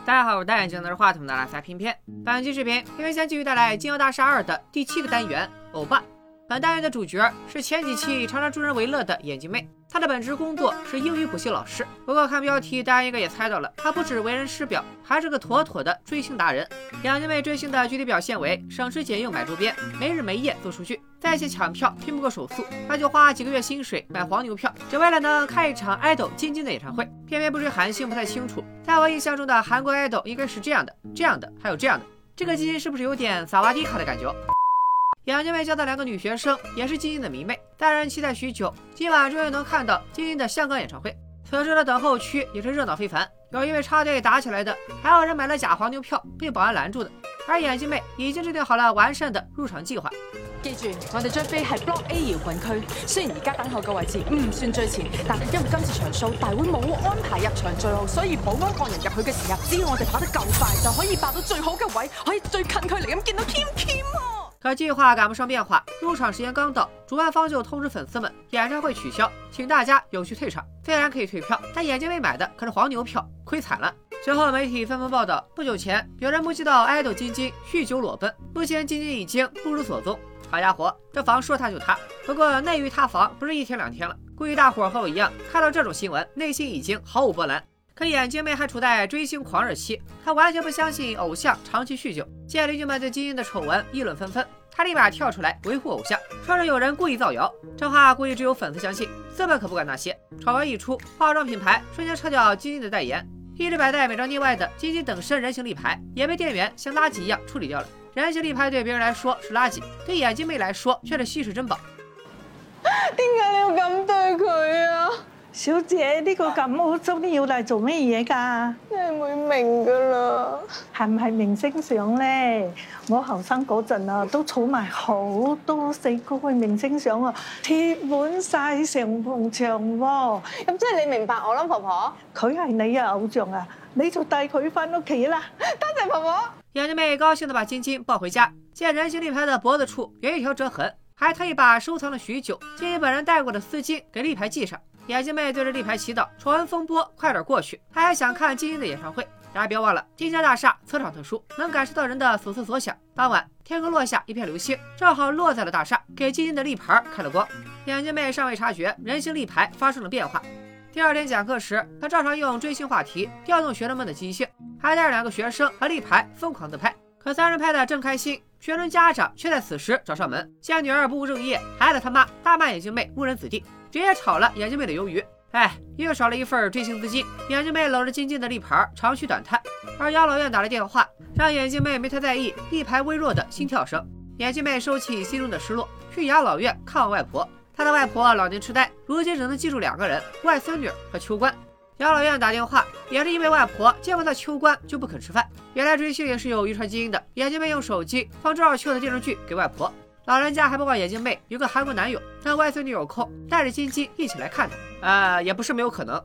大家好，我是戴眼镜拿着话筒的拉萨偏偏。本期视频偏偏将继续带来《金曜大厦2》的第7个单元欧巴。本单元的主角是前几期常常助人为乐的眼镜妹，她的本职工作是英语补习老师。不过看标题，大家应该也猜到了，她不止为人师表，还是个妥妥的追星达人。眼镜妹追星的具体表现为省吃俭用买周边，没日没夜做数据，在线抢票拼不过手速，她就花几个月薪水买黄牛票，只为了能看一场爱豆金晶的演唱会。偏偏不追韩星不太清楚，在我印象中的韩国爱豆应该是这样的，这样的，还有这样的。这个基因是不是有点萨瓦迪卡的感觉？眼镜妹教的2个女学生也是金晶的迷妹，大人期待许久，今晚终于能看到金晶的香港演唱会。此时的等候区也是热闹非凡，有因为插队打起来的，还有人买了假黄牛票被保安拦住的。而眼镜妹已經制定好了完善的入場計劃。 記住，我哋張飛係 Block A 搖滾區，雖然而家等候嘅位置唔算最前，但係因為今次場數大會冇安排入場序號，所以保安放人入去嘅時候，只要我哋跑得夠快，就可以霸到最好嘅位，可以最近距離咁見到 Kim 啊！可計劃趕不上變化，入場時間剛到，主辦方就通知粉絲們演唱會取消，請大家有序退場。雖然可以退票，但眼鏡妹買的可是黃牛票，虧慘了。隨後媒體紛紛報道，不久前有人目擊到愛豆金晶酗酒裸奔，目前金晶已經不知所蹤。好家伙，這房說塌就塌。不過內娛塌房不是1天2天了，估計大夥和我一樣，看到這種新聞，內心已經毫無波瀾。可眼鏡妹還處在追星狂熱期，她完全不相信偶像長期酗酒。見鄰居們對金晶的醜聞議論紛紛，她立馬跳出來維護偶像，說是有人故意造謠。這話估計只有粉絲相信，資本可不管那些。醜聞一出，化妝品牌瞬間撤掉金晶的代言，一直擺在美妝店外的金晶等身人形立牌也被店員像垃圾一樣處理掉了。人形立牌對別人來說是垃圾，對眼鏡妹來說卻是稀世珍寶。 點解你要咁對佢啊？ 小姐，呢個咁污糟，你要嚟做咩嘢㗎？ 你係會明㗎啦。 係唔係明星相咧？我後生嗰陣啊，都儲埋好多4個嘅明星相啊，貼滿晒成埲牆喎。 咁即係你明白我啦，婆婆。 佢係你嘅偶像啊，你就帶佢翻屋企啦。 多謝婆婆。 眼鏡妹高興地把金晶抱回家，見人形立牌的脖子處有一條折痕，還特意把收藏了許久金晶本人戴過的絲巾給立牌繫上。眼鏡妹對着立牌祈禱，醜聞風波快點過去。她還想看金晶的演唱會。大家別忘了，金宵大廈磁場特殊，能感受到人的所思所想。當晚，天空落下一片流星，正好落在了大廈，給金晶的立牌開了光。眼鏡妹尚未察覺人形立牌發生了變化。第二天講課時，她照常用追星話題調動學生們的積極性，還帶着2個學生和立牌瘋狂自拍。可3人拍得正開心，學生家長卻在此時找上門，見女兒不務正業，孩子他媽大罵眼鏡妹誤人子弟，直接炒了眼鏡妹的魷魚。哎，又少了一份追星資金。眼鏡妹摟着金晶的立牌長吁短嘆，而養老院打了電話，讓眼鏡妹沒太在意立牌微弱的心跳聲。眼鏡妹收起心中的失落，去養老院看望外婆。她的外婆老年痴呆，如今只能記住2個人：外孫女和秋官。養老院打電話也是因為外婆見不到秋官就不肯吃飯。原來追星也是有遺傳基因的。眼鏡妹用手機放周爾秋的電視劇給外婆，老人家還不忘眼鏡妹有個韓國男友，讓外孫女有空帶着金晶一起來看她。也不是沒有可能。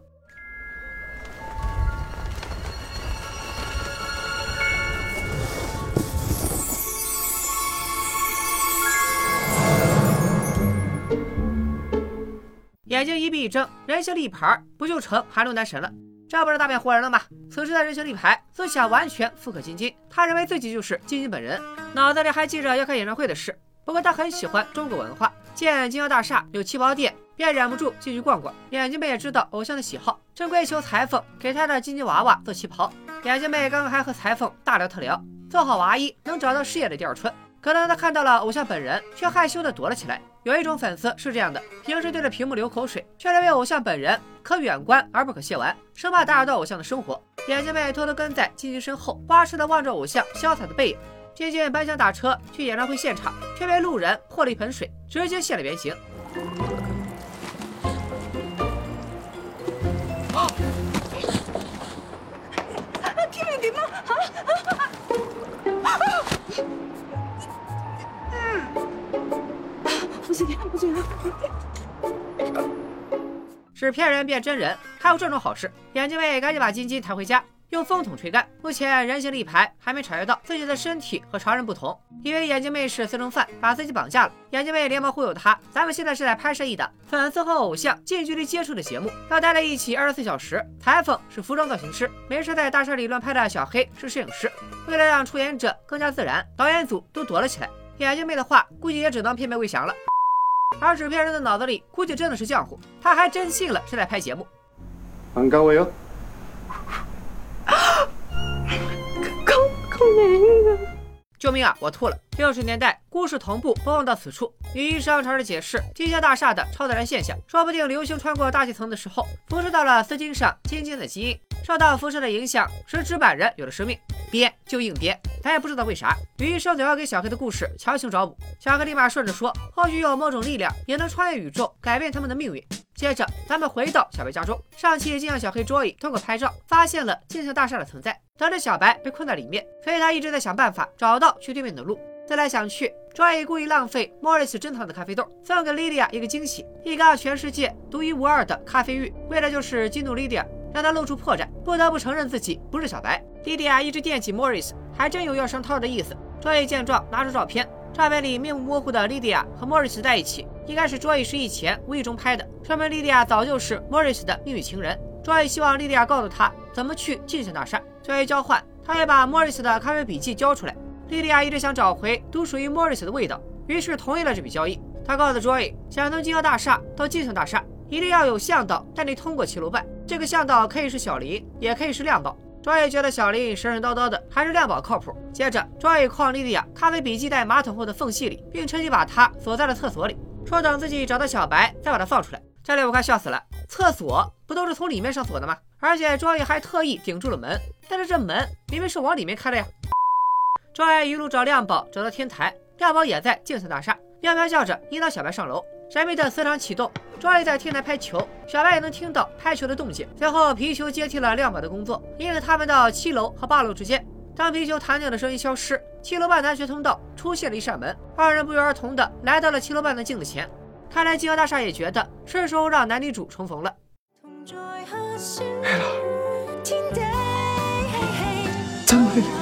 眼睛一閉一睜，人形立牌不就成韓流男神了？這不是大變活人了嗎？此時的人形立牌自想完全復刻金晶，他認為自己就是金晶本人，腦子裡還記着要看演唱會的事。不過他很喜歡中國文化，見金宵大廈有旗袍店，便忍不住進去逛逛。眼鏡妹也知道偶像的喜好，正跪求裁縫給他的金晶娃娃做旗袍。眼鏡妹剛剛還和裁縫大聊特聊，做好娃衣能找到事業的第二春。可能他看到了偶像本人，卻害羞地躲了起來。有一種粉絲是這樣的，平時對着屏幕流口水，卻認為偶像本人可遠觀而不可褻玩，生怕打擾到偶像的生活。眼鏡妹偷偷跟在金晶身後，花痴地望着偶像瀟灑的背影。金晶本想打車去演唱會現場，卻被路人潑了一盆水，直接現了原形。 天你點啊？不行， 是騙人變真人，還有這種好事。眼鏡妹趕緊把金晶抬回家， 用风筒吹干。目前人形立牌还没察觉到自己的身体和常人不同，以为眼镜妹是私生饭，把自己绑架了。眼镜妹连忙忽悠他，咱们现在是在拍摄一档粉丝和偶像近距离接触的节目，要待在一起24小时。裁缝是服装造型师，没事在大厦里乱拍的小黑是摄影师。为了让出演者更加自然，导演组都躲了起来。眼镜妹的话估计也只能片面为详了。而纸片人的脑子里估计真的是浆糊，他还真信了是在拍节目。 반가워요。 救命啊！我吐了。60年代，故事同步播放到此处。女医生尝试解释金宵大厦的超自然现象，说不定流星穿过大气层的时候，辐射到了丝巾上晶晶的基因，受到辐射的影响，使纸板人有了生命。编就硬编，咱也不知道为啥。女医生总要给小黑的故事强行找补，小黑立马顺着说，或许有某种力量也能穿越宇宙，改变他们的命运。接着，咱们回到小白家中，上期镜像小黑 Joey 通过拍照发现了镜像大厦的存在，得知小白被困在里面，所以他一直在想办法找到去对面的路。思来想去，Joey 故意浪费 Morris 珍藏的咖啡豆，送给 Lydia 一个惊喜，一个全世界独一无二的咖啡浴，为的就是激怒 Lydia， 让他露出破绽，不得不承认自己不是小白。Lydia 一直惦记 Morris， 还真有要上套的意思。Joey 见状拿出照片，照片里面目模糊的 Lydia 和 Morris 在一起，应该是 Joey 失忆前无意中拍的，说明 Lydia 早就是 Morris 的秘密情人。Joey 希望 Lydia 告诉他怎么去镜像大厦，作为交换，他也把 Morris 的咖啡笔记交出来。Lydia 一直想找回独属于 Morris 的味道，于是同意了这笔交易。他告诉 Joey， 想从金宵大厦到镜像大厦，一定要有向导带你通过7楼半。这个向导可以是小林，也可以是亮宝。Joey 觉得小林神神叨叨的，还是亮宝靠谱。接着 Joey 诓Lydia咖啡笔记在马桶后的缝隙里，并趁机把他锁在了厕所里，说等自己找到小白再把他放出来。这里我快笑死了，厕所不都是从里面上锁的吗？而且 Joey 还特意顶住了门，但是这门明明是往里面开的呀。Joey 一路找亮宝，找到天台，亮宝也在镜像大厦，喵喵叫着引导小白上楼。神秘的磁场启动，Joey 在天台拍球，小白也能听到拍球的动静。最后皮球接替了亮宝的工作，引领他们到7楼和8楼之间。当皮球弹跳的声音消失，7楼半南学通道出现了一扇门，二人不约而同的来到了7楼半的镜子前。看来金宵大厦也觉得是时候让男女主重逢了。 真係你。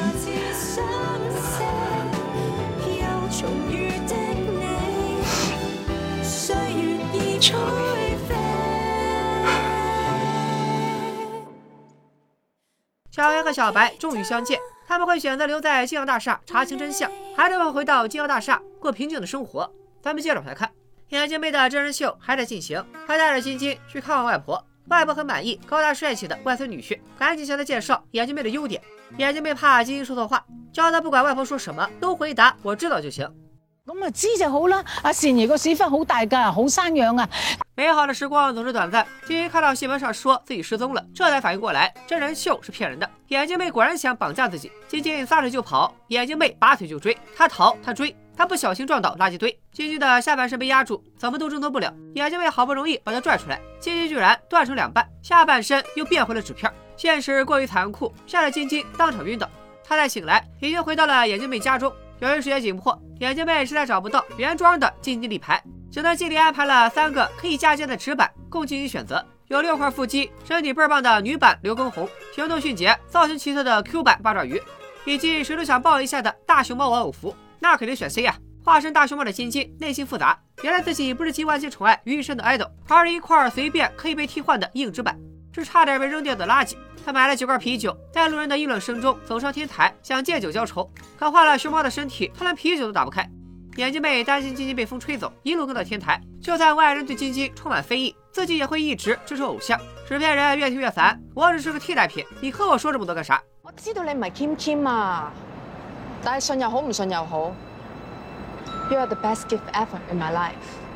小黑和小白终于相见，他们会选择留在金宵大厦查清真相，还是会回到金宵大厦过平静的生活？咱们接着往下看。眼镜妹的真人秀还在进行，她带着晶晶去看望外婆，外婆很满意高大帅气的外孙女婿，赶紧向她介绍眼镜妹的优点。眼镜妹怕晶晶说错话，教她不管外婆说什么都回答我知道就行。 咁啊知就好啦，阿善爺個屎忽好大㗎，好生養啊！ 美好的时光总是短暂，晶晶看到新闻上说自己失踪了，这才反应过来真人秀是骗人的。眼镜妹果然想绑架自己，晶晶撒腿就跑，眼镜妹拔腿就追，她逃她追，她不小心撞倒垃圾堆，晶晶的下半身被压住，怎么都挣脱不了。眼镜妹好不容易把她拽出来，晶晶居然断成2半，下半身又变回了纸片。现实过于残酷，吓得晶晶当场晕倒。她再醒来，已经回到了眼镜妹家中。由于时间紧迫，眼镜妹实在找不到原装的晶晶立牌，只能尽力安排了3个可以嫁接的纸板供晶晶选择，有6块腹肌、身体倍儿棒的女版刘畊宏，行动迅捷、造型奇特的 Q 版八爪鱼，以及谁都想抱一下的大熊猫玩偶服。那肯定选 C 呀！化身大熊猫的晶晶内心复杂，原来自己不是集万千宠爱于一身的 idol， 而是一块随便可以被替换的硬纸板，是差点被扔掉的垃圾。他买了几罐啤酒，在路人的议论声中走上天台，想借酒浇愁，可换了熊猫的身体，他连啤酒都打不开。眼镜妹担心晶晶被风吹走，一路跟到天台。就算外人对晶晶充满非议，自己也会一直支持偶像。纸片人越听越烦，我只是个替代品，你和我說這麼多幹啥？ 我知道你唔係 Kim 啊，但係信又好唔信又好 ，You are the best gift ever in my life。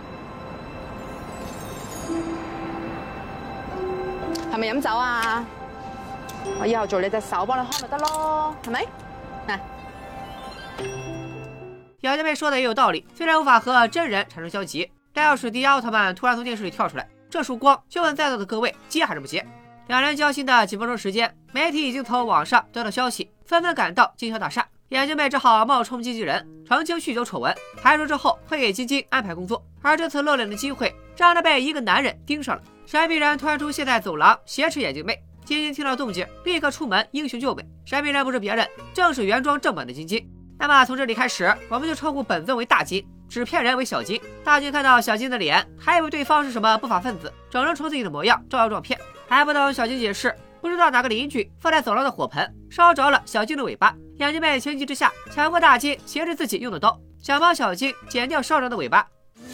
係咪飲酒啊？我以後做你隻手幫你開咪得咯，係咪？嗱。 眼镜妹说的也有道理，虽然无法和真人产生交集，但要是迪亚奥特曼突然从电视里跳出来，这束光就问在座的各位接还是不接。2人交心的几分钟时间，媒体已经从网上得到消息，纷纷赶到金宵大厦。眼镜妹只好冒充经纪人，澄清酗酒丑闻，还说之后会给晶晶安排工作。而这次露脸的机会，让她被一个男人盯上了。神秘人突然出现在走廊，挟持眼镜妹。 金金听到动静，立刻出门英雄救美。神秘人不是别人，正是原装正版的金金。那么从这里开始，我们就称呼本尊为大金，纸片人为小金。大金看到小金的脸，还以为对方是什么不法分子，整容成自己的模样，招摇撞骗。还不等小金解释，不知道哪个邻居放在走廊的火盆烧着了小金的尾巴。眼镜妹情急之下抢过大金挟着自己用的刀，想帮小金剪掉烧着的尾巴。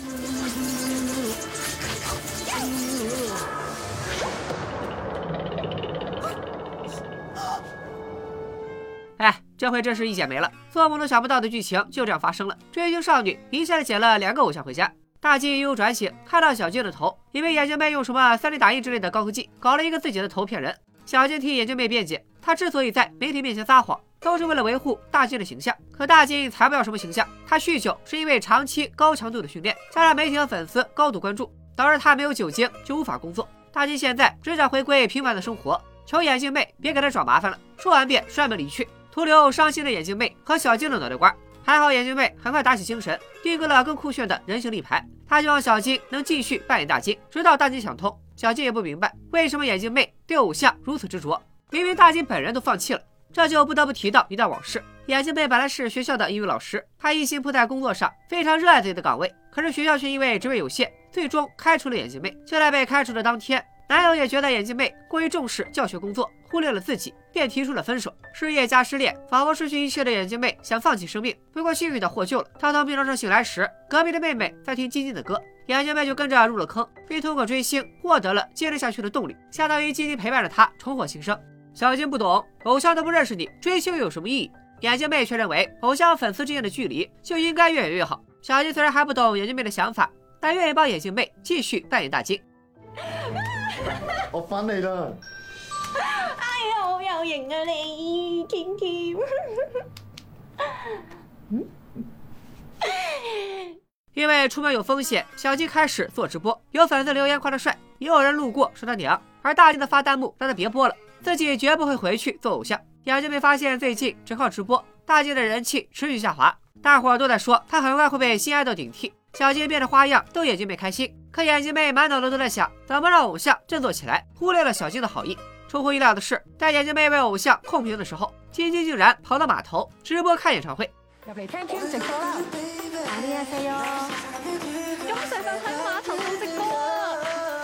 哎，这回真是一剪没了，做梦都想不到的剧情就这样发生了。追星少女一下子捡了2个偶像回家。大金悠悠转醒，看到小金的头，以为眼镜妹用什么3D 打印之类的高科技搞了一个自己的头骗人。小金替眼镜妹辩解，她之所以在媒体面前撒谎，都是为了维护大金的形象。可大金才不要什么形象，他酗酒是因为长期高强度的训练，加上媒体和粉丝高度关注，导致他没有酒精就无法工作。大金现在只想回归平凡的生活，求眼镜妹别给他找麻烦了。说完便摔门离去，徒留伤心的眼镜妹和小金的脑袋瓜。还好眼镜妹很快打起精神，定格了更酷炫的人形立牌。她希望小金能继续扮演大金，直到大金想通。小金也不明白为什么眼镜妹对偶像如此执着，明明大金本人都放弃了。这就不得不提到一段往事。眼镜妹本来是学校的英语老师，她一心扑在工作上，非常热爱自己的岗位。可是学校却因为职位有限，最终开除了眼镜妹。就在被开除的当天，男友也觉得眼镜妹过于重视教学工作，忽略了自己，便提出了分手。失业加失恋，仿佛失去一切的眼镜妹想放弃生命，不过幸运的获救了。她从病床上醒来时，隔壁的妹妹在听金金的歌，眼镜妹就跟着入了坑，并通过追星获得了坚持下去的动力，相当于金金陪伴着她重获新生。小金不懂，偶像都不认识你，追星有什么意义？眼镜妹却认为偶像粉丝之间的距离就应该越远越好。小金虽然还不懂眼镜妹的想法，但愿意帮眼镜妹继續扮演大金。 我翻嚟啦！ 哎呀，好有型啊你，甜甜。 因为出门有风险，小金开始做直播，有粉丝留言夸他帅，也有人路过说他娘，而大金的发弹幕让他别播了，自己绝不会回去做偶像。眼镜妹发现最近只靠直播，大金的人气持续下滑，大伙都在说他很快会被新爱豆顶替。小金变着花样逗眼镜妹开心，可眼镜妹满脑子都在想怎么让偶像振作起来，忽略了小金的好意。出乎意料的是，在眼镜妹为偶像控评的时候，金金竟然跑到码頭直播看演唱會。 入嚟聽 Q 直播啦！快啲啊，四哦！咁細份喺碼頭度直播啊！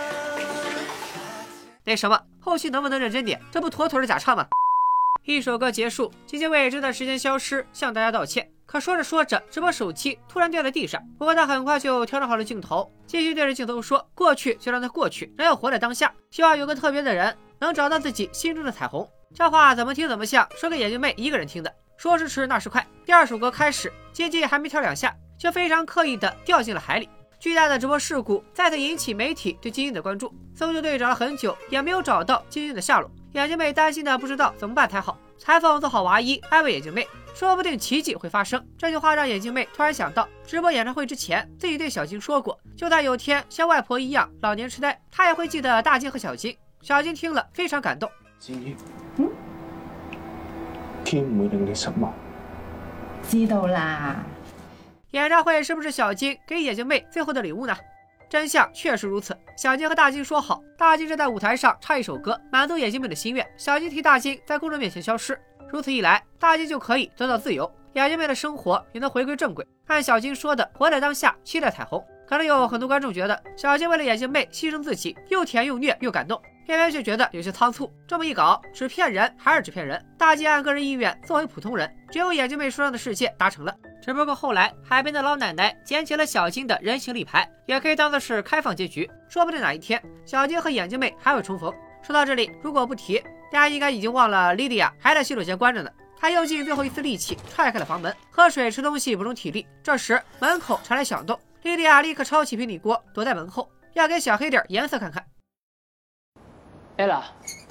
那什么，后期能不能认真点？这不妥妥的假唱吗？一首歌结束，金金为这段时间消失向大家道歉。可说着说着，直播手机突然掉在地上，不过他很快就调整好了镜头，继续对着镜头说：“过去就让它过去，人要活在当下，希望有个特别的人能找到自己心中的彩虹。”这话怎么听怎么像说给眼镜妹一个人听的。说时迟，那时快，第2首歌开始，金金还没跳2下，就非常刻意的掉进了海里。巨大的直播事故再次引起媒体对金金的关注，搜救队找了很久也没有找到金金的下落。眼镜妹担心的不知道怎么办才好，裁缝做好娃衣安慰眼镜妹，说不定奇迹会发生。这句话让眼镜妹突然想到，直播演唱会之前自己对小金说过，就算有天像外婆一样老年痴呆，她也会记得大金和小金。小金听了非常感动。 天唔會令你失望。 知道啦。 演唱会是不是小金给眼镜妹最后的礼物呢？真相确实如此。小金和大金说好，大金站在舞台上唱一首歌，满足眼镜妹的心愿。小金替大金在公众面前消失，如此一来，大金就可以得到自由，眼镜妹的生活也能回归正轨。按小金说的，活在当下，期待彩虹。可能有很多观众觉得小金为了眼镜妹牺牲自己，又甜又虐又感动，片片却觉得有些仓促。这么一搞，只骗人还是只骗人。大金按个人意愿作为普通人，只有眼镜妹说上的世界达成了。只不过后来海边的老奶奶捡起了小金的人形立牌，也可以当作是开放结局，说不定哪一天小金和眼镜妹还会重逢。说到这里，如果不提，大家应该已经忘了莉莉娅还在洗手间关着呢。她用尽最后一丝力气踹开了房门，喝水吃东西补充体力。这时门口传来响动，莉莉娅立刻抄起平底锅躲在门后，要给小黑点颜色看看。 Ella，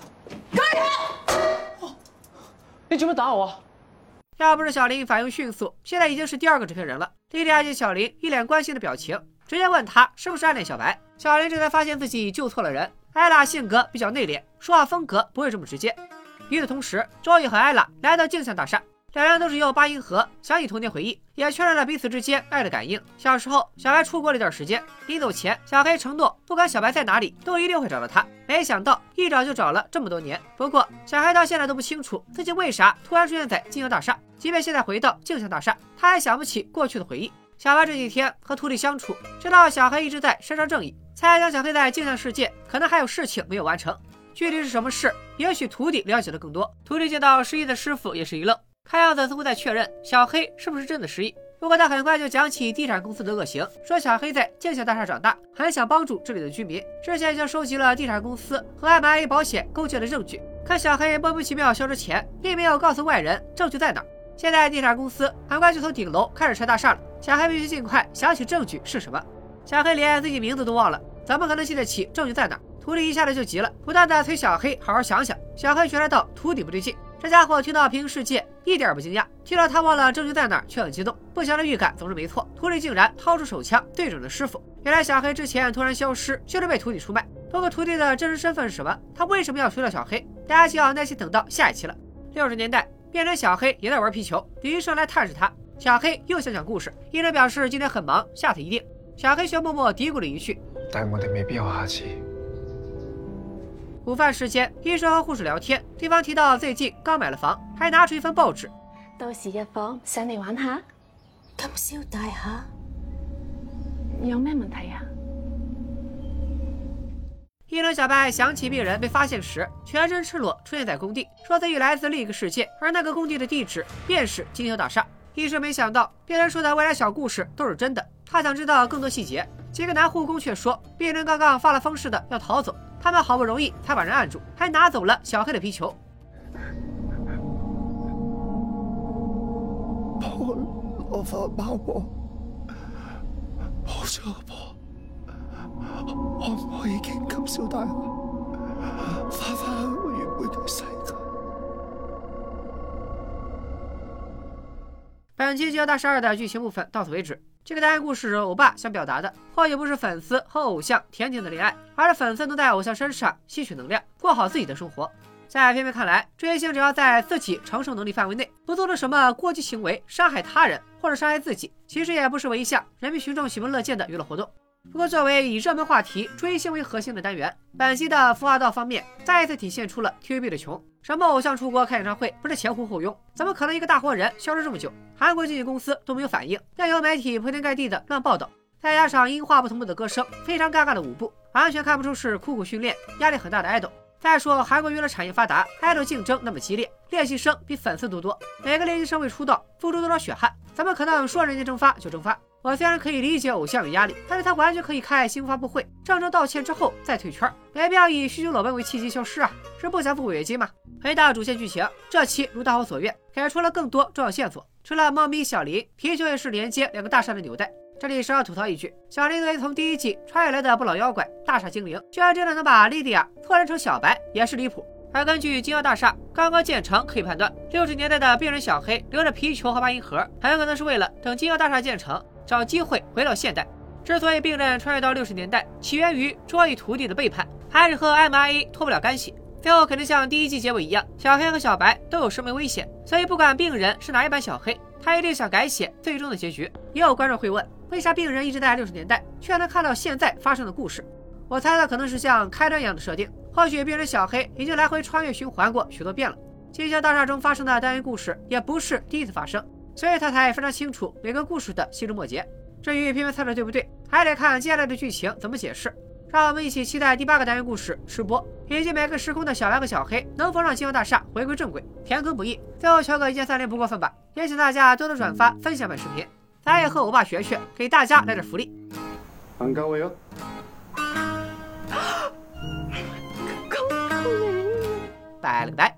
你做乜打我啊？ 要不是小林反应迅速，现在已经是第2个纸片人了。莉莉娅见小林一脸关心的表情，直接问他是不是暗恋小白。小林这才发现自己救错了人。艾拉性格比较内敛，说话风格不会这么直接。与此同时，周易和艾拉来到镜像大厦， 两人都是由八音盒想起童年回忆，也确认了彼此之间爱的感应。小时候，小白出国了一段时间，临走前，小黑承诺不管小白在哪里，都一定会找到他。没想到一找就找了这么多年。不过，小黑到现在都不清楚自己为啥突然出现在金宵大厦。即便现在回到镜像大厦，他还想不起过去的回忆。小白这几天和徒弟相处，知道小黑一直在伸张正义，猜想小黑在镜像世界可能还有事情没有完成。具体是什么事，也许徒弟了解的更多。徒弟见到失忆的师傅也是一愣，看样子似乎在确认小黑是不是真的失忆。不过他很快就讲起地产公司的恶行，说小黑在镜像大厦长大，很想帮助这里的居民，之前已经收集了地产公司和 MIA 保险勾结的证据。可小黑莫名其妙消失前，并没有告诉外人证据在哪。现在地产公司很快就从顶楼开始拆大厦了，小黑必须尽快想起证据是什么。小黑连自己名字都忘了，怎么可能记得起证据在哪？徒弟一下子就急了，不断的催小黑好好想想。小黑觉察到徒弟不对劲，这家伙听到平行世界一点不惊讶，听到他忘了证据在哪却很激动。不祥的预感总是没错，徒弟竟然掏出手枪对准了师傅。原来小黑之前突然消失就是被徒弟出卖。不过徒弟的真实身份是什么？他为什么要除掉小黑？大家就要耐心等到下一期了。60年代，变成小黑也在玩皮球，李医生来探视他。小黑又想讲故事，医生表示今天很忙，下次一定。小黑却默默嘀咕了一句：“ 但我哋未必有下次。” 午飯時間，醫生和護士聊天，對方提到最近剛買了房，還拿出一份報紙。 到時入房上嚟玩下，金宵大廈有咩問題啊？ 醫生小白想起病人被發現時，全身赤裸出現在工地，說自己來自另一個世界，而那個工地的地址便是金宵大廈。醫生沒想到病人說的未來小故事都是真的，他想知道更多細節。幾個男護工卻說病人剛剛發了瘋似的要逃走，他們好不容易才把人按住，還拿走了小黑的皮球。 我發包我，好想阿婆，可唔可以經金宵大廈翻返去我原本嘅世界？ 本期《金宵大廈2》的劇情部分到此為止。這個單元故事歐巴想表達的，或許不是粉絲和偶像甜甜的戀愛，而是粉絲能在偶像身上吸取能量，過好自己的生活。在片片看來，追星只要在自己承受能力範圍內，不做出什麼過激行為，傷害他人或者傷害自己，其實也不失為一項人民群眾喜聞樂見的娛樂活動。不過，作為以熱門話題追星為核心的單元，本期的服化道方面再一次體現出了 TVB 的窮。什麼偶像出國開演唱會不是前呼後擁，怎麼可能一個大活人消失這麼久？韓國經紀公司都沒有反應，任由媒體鋪天蓋地的亂報道，再加上音畫不同步的歌聲，非常尷尬的舞步，完全看不出是苦苦訓練、壓力很大的愛豆。再說韓國娛樂產業發達，愛豆競爭那麼激烈，練習生比粉絲都多，每個練習生為出道付出多少血汗，怎麼可能說人家蒸發就蒸發？我雖然可以理解偶像有壓力，但是他完全可以開新聞發布會，鄭重道歉之後再退圈，沒必要以酗酒裸奔為契機消失啊！是不想付違約金嗎？回到主線劇情，這期如大夥所願，給出了更多重要線索。除了貓咪小林，皮球也是連接兩個大廈的紐帶。這裡是要吐槽一句，小林作為從第一季穿越來的不老妖怪大廈精靈，居然真的能把莉迪亞錯認成小白，也是離譜。而根據金宵大廈剛剛建成，可以判斷60年代的病人小黑留着皮球和八音盒，很可能是為了等金宵大廈建成，找機會回到現代。之所以病人穿越到60年代，起源於卓義徒弟的背叛，還是和 MIA 脫不了干係。最後肯定像第一季結尾一樣，小黑和小白都有生命危險，所以不管病人是哪一版小黑，他一定想改寫最終的結局。也有觀眾會問，為啥病人一直在60年代，卻能看到現在發生的故事？我猜的可能是像開端一樣的設定，或許病人小黑已經來回穿越循環過許多遍了。金宵大廈中發生的單元故事也不是第一次發生，所以他才非常清楚每個故事的細枝末節。至於片片猜的對不對，還得看接下來的劇情怎麼解釋。讓我們一起期待第8個單元故事吃播，以及每個時空的小白和小黑能否讓金宵大廈回歸正軌。填坑不易，最後求個一鍵3連不過分吧。也請大家多多轉發分享本視頻，咱也和歐巴學學，給大家來點福利。 很高興。 拜了個拜。